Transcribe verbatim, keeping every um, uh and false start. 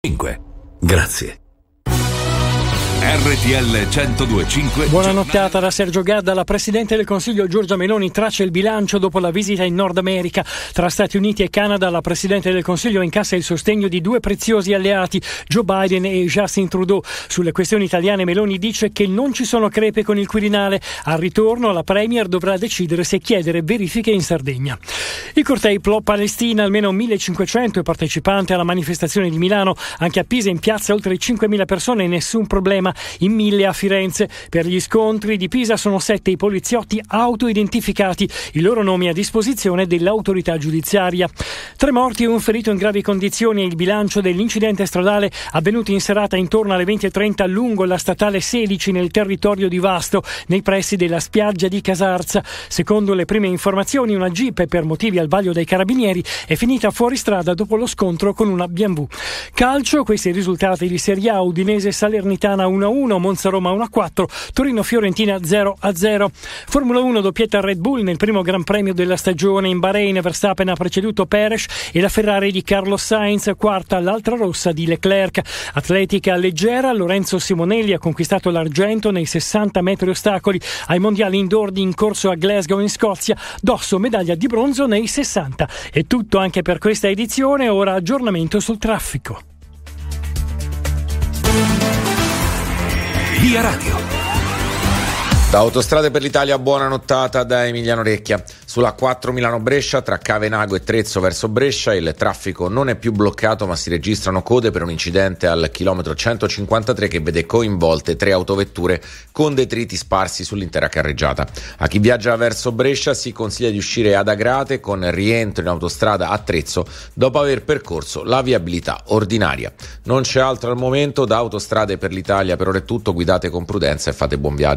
Grazie. R T L centodue e cinque. Buona nottata da Sergio Gadda. La Presidente del Consiglio Giorgia Meloni traccia il bilancio dopo la visita in Nord America. Tra Stati Uniti e Canada, la Presidente del Consiglio incassa il sostegno di due preziosi alleati, Joe Biden e Justin Trudeau. Sulle questioni italiane Meloni dice che non ci sono crepe con il Quirinale. Al ritorno la Premier dovrà decidere se chiedere verifiche in Sardegna. Il cortei pro-Palestina, almeno millecinquecento i partecipanti alla manifestazione di Milano. Anche a Pisa in piazza oltre cinquemila persone e nessun problema. In mille a Firenze. Per gli scontri di Pisa sono sette i poliziotti autoidentificati, i loro nomi a disposizione dell'autorità giudiziaria. Tre morti e un ferito in gravi condizioni è il bilancio dell'incidente stradale avvenuto in serata intorno alle venti e trenta lungo la statale sedici nel territorio di Vasto, nei pressi della spiaggia di Casarza. Secondo le prime informazioni, una jeep per motivi al vaglio dei carabinieri è finita fuori strada dopo lo scontro con una B M W. Calcio, questi i risultati di Serie A: Udinese Salernitana uno a uno, Monza Roma uno a quattro, Torino Fiorentina zero a zero. Formula uno, doppietta Red Bull nel primo Gran Premio della stagione. In Bahrain Verstappen ha preceduto Perez e la Ferrari di Carlos Sainz, quarta l'altra rossa di Leclerc. Atletica leggera, Lorenzo Simonelli ha conquistato l'argento nei sessanta metri ostacoli ai mondiali indoor in corso a Glasgow in Scozia, Dosso medaglia di bronzo nei sessanta. È tutto anche per questa edizione, ora aggiornamento sul traffico. Via Radio. Da Autostrade per l'Italia, buona nottata da Emiliano Recchia. Sulla quattro Milano-Brescia, tra Cavenago e Trezzo verso Brescia, il traffico non è più bloccato, ma si registrano code per un incidente al chilometro centocinquantatré che vede coinvolte tre autovetture con detriti sparsi sull'intera carreggiata. A chi viaggia verso Brescia si consiglia di uscire ad Agrate con rientro in autostrada a Trezzo dopo aver percorso la viabilità ordinaria. Non c'è altro al momento. Da Autostrade per l'Italia per ora è tutto, guidate con prudenza e fate buon viaggio.